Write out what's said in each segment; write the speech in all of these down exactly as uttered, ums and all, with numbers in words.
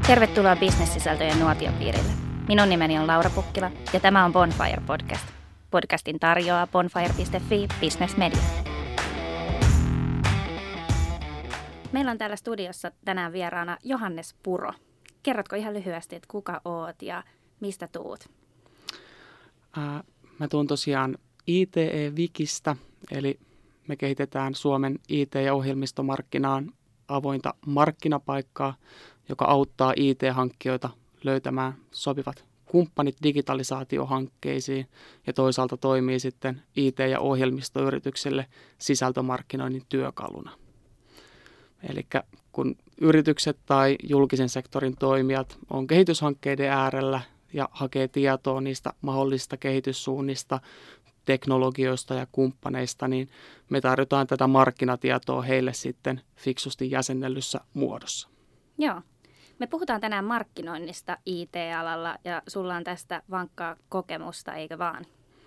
Tervetuloa Business-sisältöjen nuotiopiirille. Minun nimeni on Laura Pukkila ja tämä on Bonfire Podcast. Podcastin tarjoaa bonfire piste fi Business Media. Meillä on täällä studiossa tänään vieraana Johannes Puro. Kerrotko ihan lyhyesti, että kuka oot ja mistä tuut? Ää, mä tuun tosiaan I T E-wikistä, eli me kehitetään Suomen I T- ja ohjelmistomarkkinaan avointa markkinapaikkaa, joka auttaa I T-hankkijoita löytämään sopivat kumppanit digitalisaatiohankkeisiin ja toisaalta toimii sitten I T- ja ohjelmistoyrityksille sisältömarkkinoinnin työkaluna. Eli kun yritykset tai julkisen sektorin toimijat on kehityshankkeiden äärellä ja hakee tietoa niistä mahdollisista kehityssuunnista, teknologioista ja kumppaneista, niin me tarjotaan tätä markkinatietoa heille sitten fiksusti jäsennellyssä muodossa. Joo. Me puhutaan tänään markkinoinnista I T-alalla ja sulla on tästä vankkaa kokemusta, eikö vaan?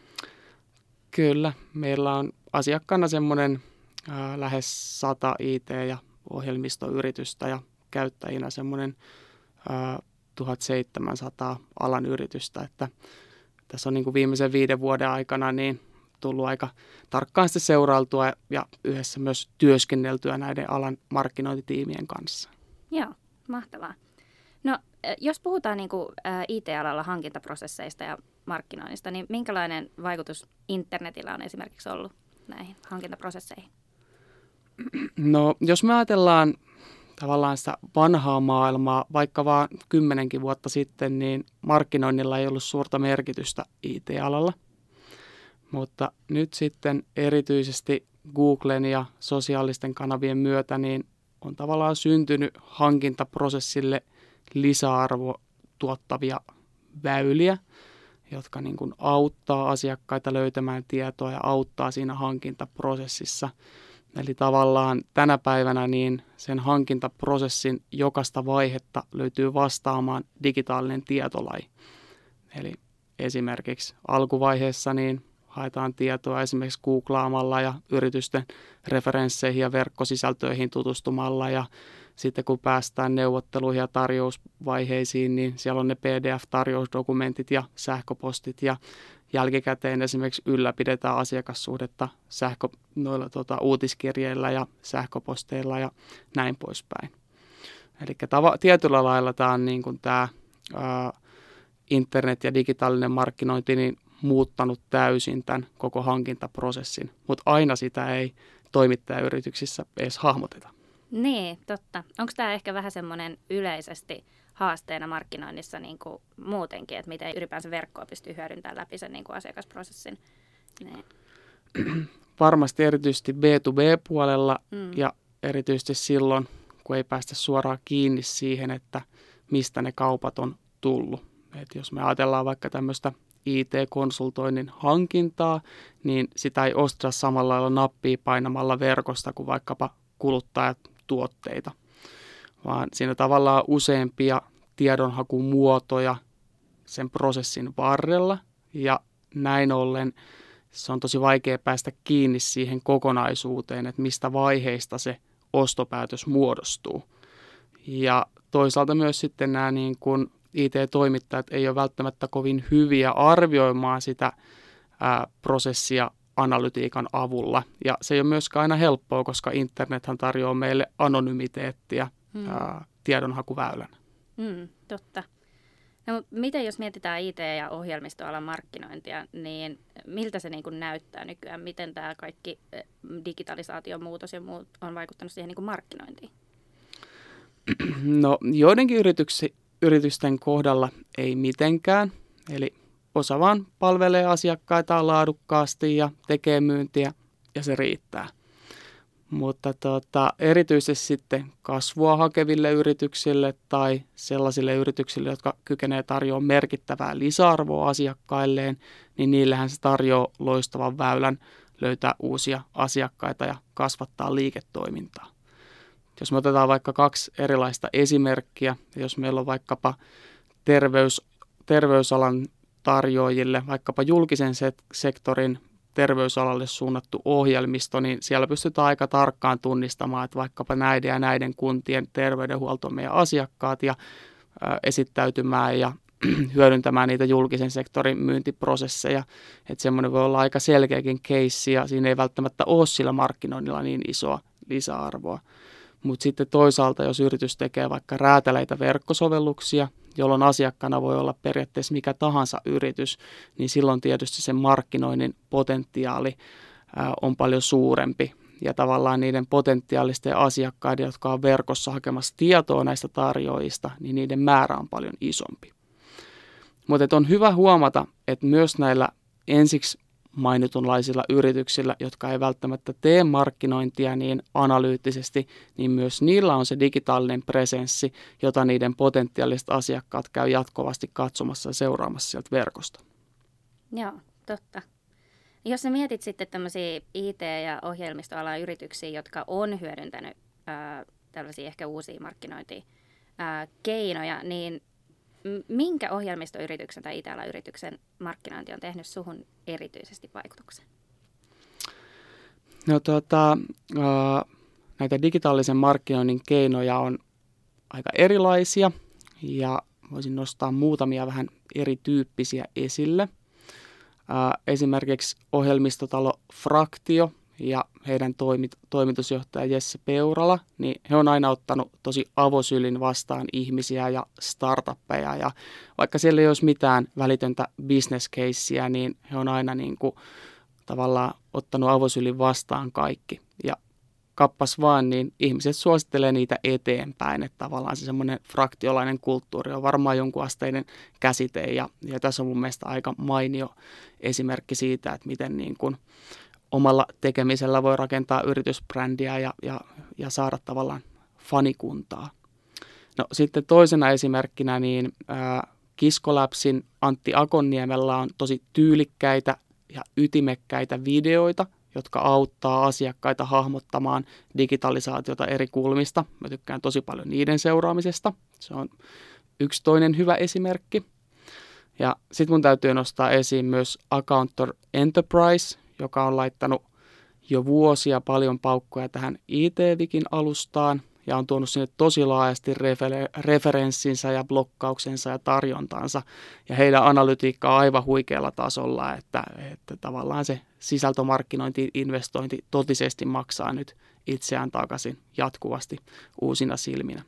Kyllä. Meillä on asiakkaana semmoinen äh, lähes sata I T- ja ohjelmistoyritystä ja käyttäjinä semmoinen äh, tuhatseitsemänsataa alan yritystä, että tässä on niin kuin viimeisen viiden vuoden aikana niin tullut aika tarkkaan sitten seurailtua ja yhdessä myös työskenneltyä näiden alan markkinointitiimien kanssa. Joo, mahtavaa. No, jos puhutaan niin kuin I T-alalla hankintaprosesseista ja markkinoinnista, niin minkälainen vaikutus internetillä on esimerkiksi ollut näihin hankintaprosesseihin? No, jos me ajatellaan tavallaan sitä vanhaa maailmaa, vaikka vaan kymmenenkin vuotta sitten, niin markkinoinnilla ei ollut suurta merkitystä I T-alalla. Mutta nyt sitten erityisesti Googlen ja sosiaalisten kanavien myötä niin on tavallaan syntynyt hankintaprosessille lisäarvo tuottavia väyliä, jotka niin kuin auttaa asiakkaita löytämään tietoa ja auttaa siinä hankintaprosessissa. Eli tavallaan tänä päivänä niin sen hankintaprosessin jokaista vaihetta löytyy vastaamaan digitaalinen tietolaji. Eli esimerkiksi alkuvaiheessa niin haetaan tietoa esimerkiksi googlaamalla ja yritysten referensseihin ja verkkosisältöihin tutustumalla. Ja sitten kun päästään neuvotteluihin ja tarjousvaiheisiin, niin siellä on ne P D F-tarjousdokumentit ja sähköpostit ja jälkikäteen esimerkiksi ylläpidetään asiakassuhdetta sähkö, noilla tota, uutiskirjeillä ja sähköposteilla ja näin poispäin. Eli tava, tietyllä lailla tämä on niin kuin tämä ää, internet ja digitaalinen markkinointi niin muuttanut täysin tämän koko hankintaprosessin, mutta aina sitä ei toimittajayrityksissä edes hahmoteta. Niin, totta. Onko tämä ehkä vähän semmoinen yleisesti haasteena markkinoinnissa niin kuin muutenkin, että miten ylipäänsä verkkoa pystyy hyödyntämään läpi sen niin kuin asiakasprosessin? Niin. Varmasti erityisesti B to B-puolella mm. ja erityisesti silloin, kun ei päästä suoraan kiinni siihen, että mistä ne kaupat on tullut. Et jos me ajatellaan vaikka tämmöistä I T-konsultoinnin hankintaa, niin sitä ei osteta samalla lailla nappia painamalla verkosta kuin vaikkapa kuluttajatuotteita, vaan siinä tavallaan useampia tiedonhakumuotoja sen prosessin varrella ja näin ollen se on tosi vaikea päästä kiinni siihen kokonaisuuteen, että mistä vaiheista se ostopäätös muodostuu. Ja toisaalta myös sitten nämä niin kuin I T-toimittajat ei ole välttämättä kovin hyviä arvioimaan sitä ää, prosessia analytiikan avulla. Ja se ei ole myöskään aina helppoa, koska internethän tarjoaa meille anonymiteettiä mm. ää, tiedonhakuväylänä. Mm, totta. No, miten jos mietitään I T- ja ohjelmistoalan markkinointia, niin miltä se niin kuin näyttää nykyään? Miten tämä kaikki digitalisaation muutos ja muut on vaikuttanut siihen niin kuin markkinointiin? No joidenkin yrityksi, yritysten kohdalla ei mitenkään. Eli osa vaan palvelee asiakkaita laadukkaasti ja tekee myyntiä ja se riittää. Mutta tota, erityisesti sitten kasvua hakeville yrityksille tai sellaisille yrityksille, jotka kykenevät tarjoamaan merkittävää lisäarvoa asiakkailleen, niin niillähän se tarjoaa loistavan väylän löytää uusia asiakkaita ja kasvattaa liiketoimintaa. Jos me otetaan vaikka kaksi erilaista esimerkkiä, jos meillä on vaikkapa terveys, terveysalan tarjoajille, vaikkapa julkisen sektorin terveysalalle suunnattu ohjelmisto, niin siellä pystytään aika tarkkaan tunnistamaan, että vaikkapa näiden ja näiden kuntien terveydenhuolto on meidän asiakkaat ja esittäytymään ja hyödyntämään niitä julkisen sektorin myyntiprosesseja. Että semmoinen voi olla aika selkeäkin keissi ja siinä ei välttämättä ole sillä markkinoinnilla niin isoa lisäarvoa. Mutta sitten toisaalta, jos yritys tekee vaikka räätäleitä verkkosovelluksia, jolloin asiakkaana voi olla periaatteessa mikä tahansa yritys, niin silloin tietysti sen markkinoinnin potentiaali ää, on paljon suurempi. Ja tavallaan niiden potentiaalisten asiakkaiden, jotka on verkossa hakemassa tietoa näistä tarjoajista, niin niiden määrä on paljon isompi. Mutta on hyvä huomata, että myös näillä ensiksi mainitunlaisilla yrityksillä, jotka ei välttämättä tee markkinointia niin analyyttisesti, niin myös niillä on se digitaalinen presenssi, jota niiden potentiaaliset asiakkaat käy jatkuvasti katsomassa ja seuraamassa sieltä verkosta. Joo, totta. Jos sä mietit sitten tämmöisiä I T- ja ohjelmistoalan yrityksiä, jotka on hyödyntänyt ää, tällaisia ehkä uusia markkinointikeinoja, niin minkä ohjelmistoyrityksen tai I T-alan yrityksen markkinointi on tehnyt suhun erityisesti vaikutuksen? No tota, näitä digitaalisen markkinoinnin keinoja on aika erilaisia ja voisin nostaa muutamia vähän erityyppisiä esille. Esimerkiksi ohjelmistotalo Fraktio ja heidän toimit, toimitusjohtaja Jesse Peurala, niin he on aina ottanut tosi avosylin vastaan ihmisiä ja startuppeja. Ja vaikka siellä ei olisi mitään välitöntä business casea, niin he on aina niin kuin tavallaan ottanut avosylin vastaan kaikki. Ja kappas vaan, niin ihmiset suosittelee niitä eteenpäin. Että tavallaan se semmoinen fraktiolainen kulttuuri on varmaan jonkun asteinen käsite. Ja, ja tässä on mun mielestä aika mainio esimerkki siitä, että miten niin kuin omalla tekemisellä voi rakentaa yritysbrändiä ja, ja, ja saada tavallaan fanikuntaa. No sitten toisena esimerkkinä niin ää, Kiskolabsin Antti Akonniemellä on tosi tyylikkäitä ja ytimekkäitä videoita, jotka auttaa asiakkaita hahmottamaan digitalisaatiota eri kulmista. Mä tykkään tosi paljon niiden seuraamisesta. Se on yksi toinen hyvä esimerkki. Ja sitten mun täytyy nostaa esiin myös Accountor Enterprise, joka on laittanut jo vuosia paljon paukkoja tähän I T-vikin alustaan ja on tuonut sinne tosi laajasti refer- referenssinsä ja blokkauksensa ja tarjontansa. Ja heidän analytiikka on aivan huikealla tasolla, että, että tavallaan se sisältömarkkinointi-investointi totisesti maksaa nyt itseään takaisin jatkuvasti uusina silminä.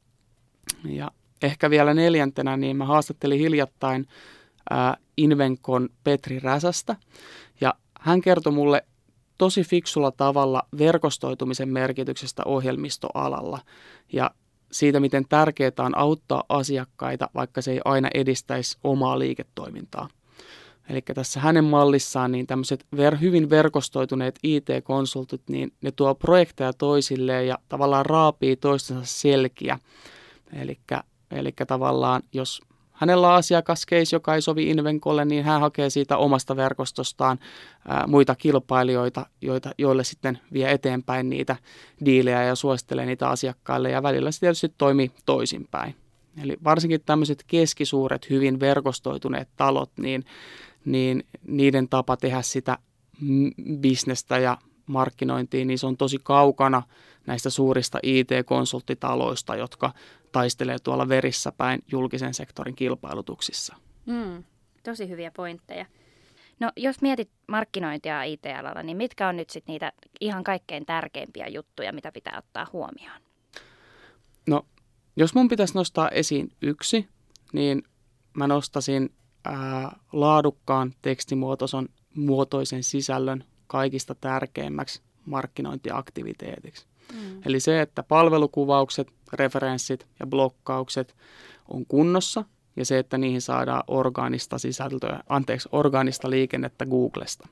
Ja ehkä vielä neljäntenä, niin mä haastattelin hiljattain ää, Invencon Petri Räsästä ja hän kertoi mulle tosi fiksulla tavalla verkostoitumisen merkityksestä ohjelmistoalalla ja siitä, miten tärkeää on auttaa asiakkaita, vaikka se ei aina edistäisi omaa liiketoimintaa. Eli tässä hänen mallissaan niin tämmöiset ver- hyvin verkostoituneet I T-konsultit, niin ne tuo projekteja toisilleen ja tavallaan raapii toistensa selkiä. Elikkä, elikkä tavallaan, jos hänellä on asiakascase, joka ei sovi Invencolle, niin hän hakee siitä omasta verkostostaan ää, muita kilpailijoita, joita, joille sitten vie eteenpäin niitä diilejä ja suosittelee niitä asiakkaille. Ja välillä se tietysti toimii toisinpäin. Eli varsinkin tämmöiset keskisuuret, hyvin verkostoituneet talot, niin, niin niiden tapa tehdä sitä bisnestä ja markkinointia, niin se on tosi kaukana näistä suurista I T-konsulttitaloista, jotka taistelee tuolla verissä päin julkisen sektorin kilpailutuksissa. Mm, tosi hyviä pointteja. No jos mietit markkinointia I T-alalla, niin mitkä on nyt sitten niitä ihan kaikkein tärkeimpiä juttuja, mitä pitää ottaa huomioon? No jos mun pitäisi nostaa esiin yksi, niin mä nostasin ää, laadukkaan tekstimuotoisen muotoisen sisällön kaikista tärkeimmäksi markkinointiaktiviteetiksi. Mm. Eli se, että palvelukuvaukset, referenssit ja blokkaukset on kunnossa ja se, että niihin saadaan orgaanista sisältöä, anteeksi, orgaanista liikennettä Googlesta.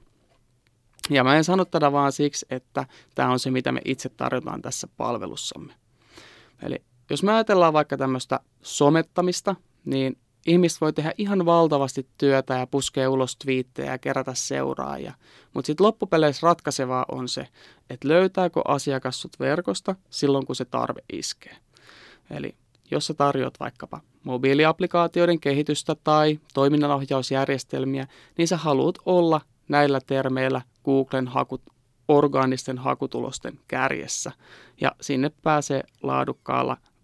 Ja mä en sano tätä vaan siksi, että tämä on se, mitä me itse tarjotaan tässä palvelussamme. Eli jos me ajatellaan vaikka tämmöistä somettamista, niin ihmiset voi tehdä ihan valtavasti työtä ja puskea ulos twiittejä ja kerätä seuraajia. Mutta sitten loppupeleissä ratkaisevaa on se, että löytääkö asiakas sut verkosta silloin, kun se tarve iskee. Eli jos sä tarjoat vaikkapa mobiiliaplikaatioiden kehitystä tai toiminnanohjausjärjestelmiä, niin sä haluat olla näillä termeillä Googlen hakut, orgaanisten hakutulosten kärjessä. Ja sinne pääsee laadukkaalla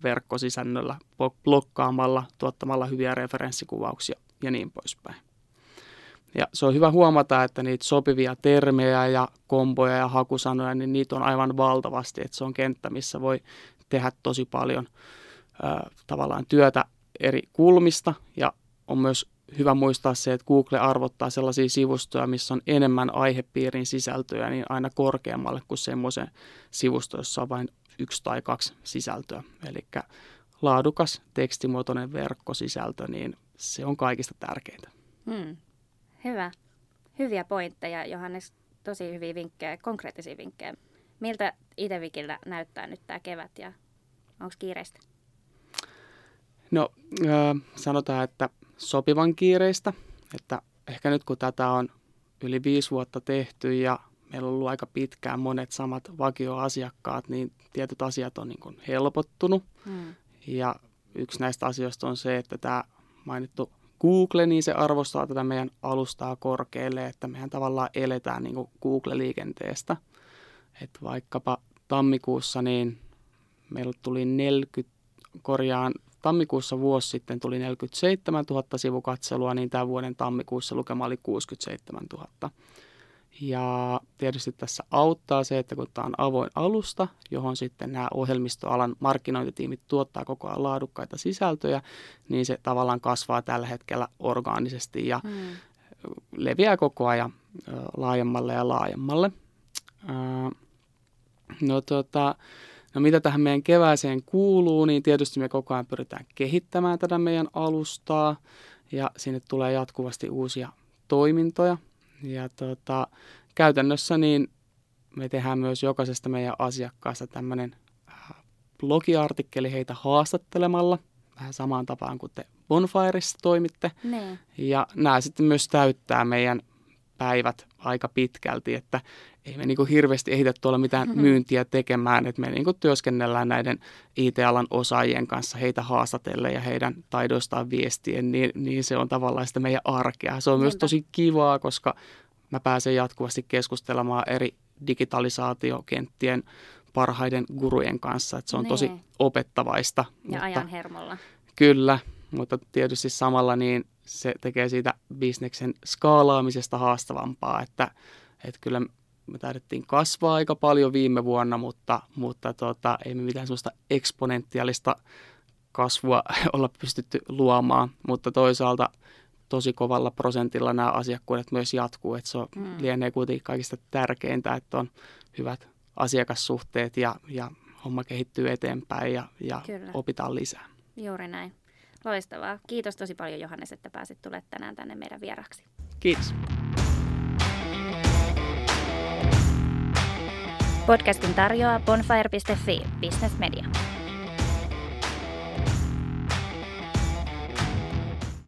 verkkosisännöllä, blokkaamalla, tuottamalla hyviä referenssikuvauksia ja niin poispäin. Ja se on hyvä huomata, että niitä sopivia termejä ja komboja ja hakusanoja, niin niitä on aivan valtavasti. Että se on kenttä, missä voi tehdä tosi paljon ää, tavallaan työtä eri kulmista. Ja on myös hyvä muistaa se, että Google arvottaa sellaisia sivustoja, missä on enemmän aihepiirin sisältöjä, niin aina korkeammalle kuin semmoisen sivusto, jossa on vain yksi tai kaksi sisältöä. Eli laadukas tekstimuotoinen verkkosisältö, niin se on kaikista tärkeintä. Hmm. Hyvä. Hyviä pointteja, Johannes. Tosi hyviä vinkkejä, konkreettisia vinkkejä. Miltä Itevikillä näyttää nyt tämä kevät ja onko kiireistä? No äh, sanotaan, että sopivan kiireistä. Että ehkä nyt kun tätä on yli viisi vuotta tehty ja meillä on ollut aika pitkään monet samat vakioasiakkaat, niin tietyt asiat on niin kuin helpottunut. Hmm. Ja yksi näistä asioista on se, että tämä mainittu Google, niin se arvostaa tätä meidän alustaa korkealle, että mehän tavallaan eletään niin kuin Google-liikenteestä. Että vaikkapa tammikuussa niin meillä tuli neljäkymmentä, korjaan, tammikuussa vuosi sitten tuli neljäkymmentäseitsemäntuhatta sivukatselua, niin tämän vuoden tammikuussa lukema oli kuusikymmentäseitsemäntuhatta. Ja tietysti tässä auttaa se, että kun tämä on avoin alusta, johon sitten nämä ohjelmistoalan markkinointitiimit tuottaa koko ajan laadukkaita sisältöjä, niin se tavallaan kasvaa tällä hetkellä orgaanisesti ja hmm. leviää koko ajan laajemmalle ja laajemmalle. No, tota, no mitä tähän meidän kevääseen kuuluu, niin tietysti me koko ajan pyritään kehittämään tätä meidän alustaa ja sinne tulee jatkuvasti uusia toimintoja. Ja tota, käytännössä niin me tehdään myös jokaisesta meidän asiakkaasta tämmöinen blogiartikkeli heitä haastattelemalla, vähän samaan tapaan kuin te Bonfireissa toimitte. Ne. Ja nämä sitten myös täyttää meidän päivät aika pitkälti, että ei me niinku hirveästi ehditä tuolla mitään myyntiä tekemään, että me niinku työskennellään näiden I T-alan osaajien kanssa heitä haastatellen ja heidän taidoistaan viestien, niin, niin se on tavallaan sitä meidän arkea. Se on Niinpä. Myös tosi kivaa, koska mä pääsen jatkuvasti keskustelemaan eri digitalisaatiokenttien parhaiden gurujen kanssa, että se on nee. Tosi opettavaista. Ja mutta, ajan hermolla. Kyllä, mutta tietysti samalla niin se tekee siitä bisneksen skaalaamisesta haastavampaa, että, että kyllä me taidettiin kasvaa aika paljon viime vuonna, mutta, mutta tota, ei me mitään sellaista eksponentiaalista kasvua olla pystytty luomaan, mutta toisaalta tosi kovalla prosentilla nämä asiakkuudet myös jatkuu, että se on, mm. lienee kuitenkin kaikista tärkeintä, että on hyvät asiakassuhteet ja, ja homma kehittyy eteenpäin ja, ja opitaan lisää. Juuri näin. Loistavaa. Kiitos tosi paljon, Johannes, että pääsit tulemaan tänään tänne meidän vieraksi. Kiitos. Podcastin tarjoaa bonfire piste fi Business Media.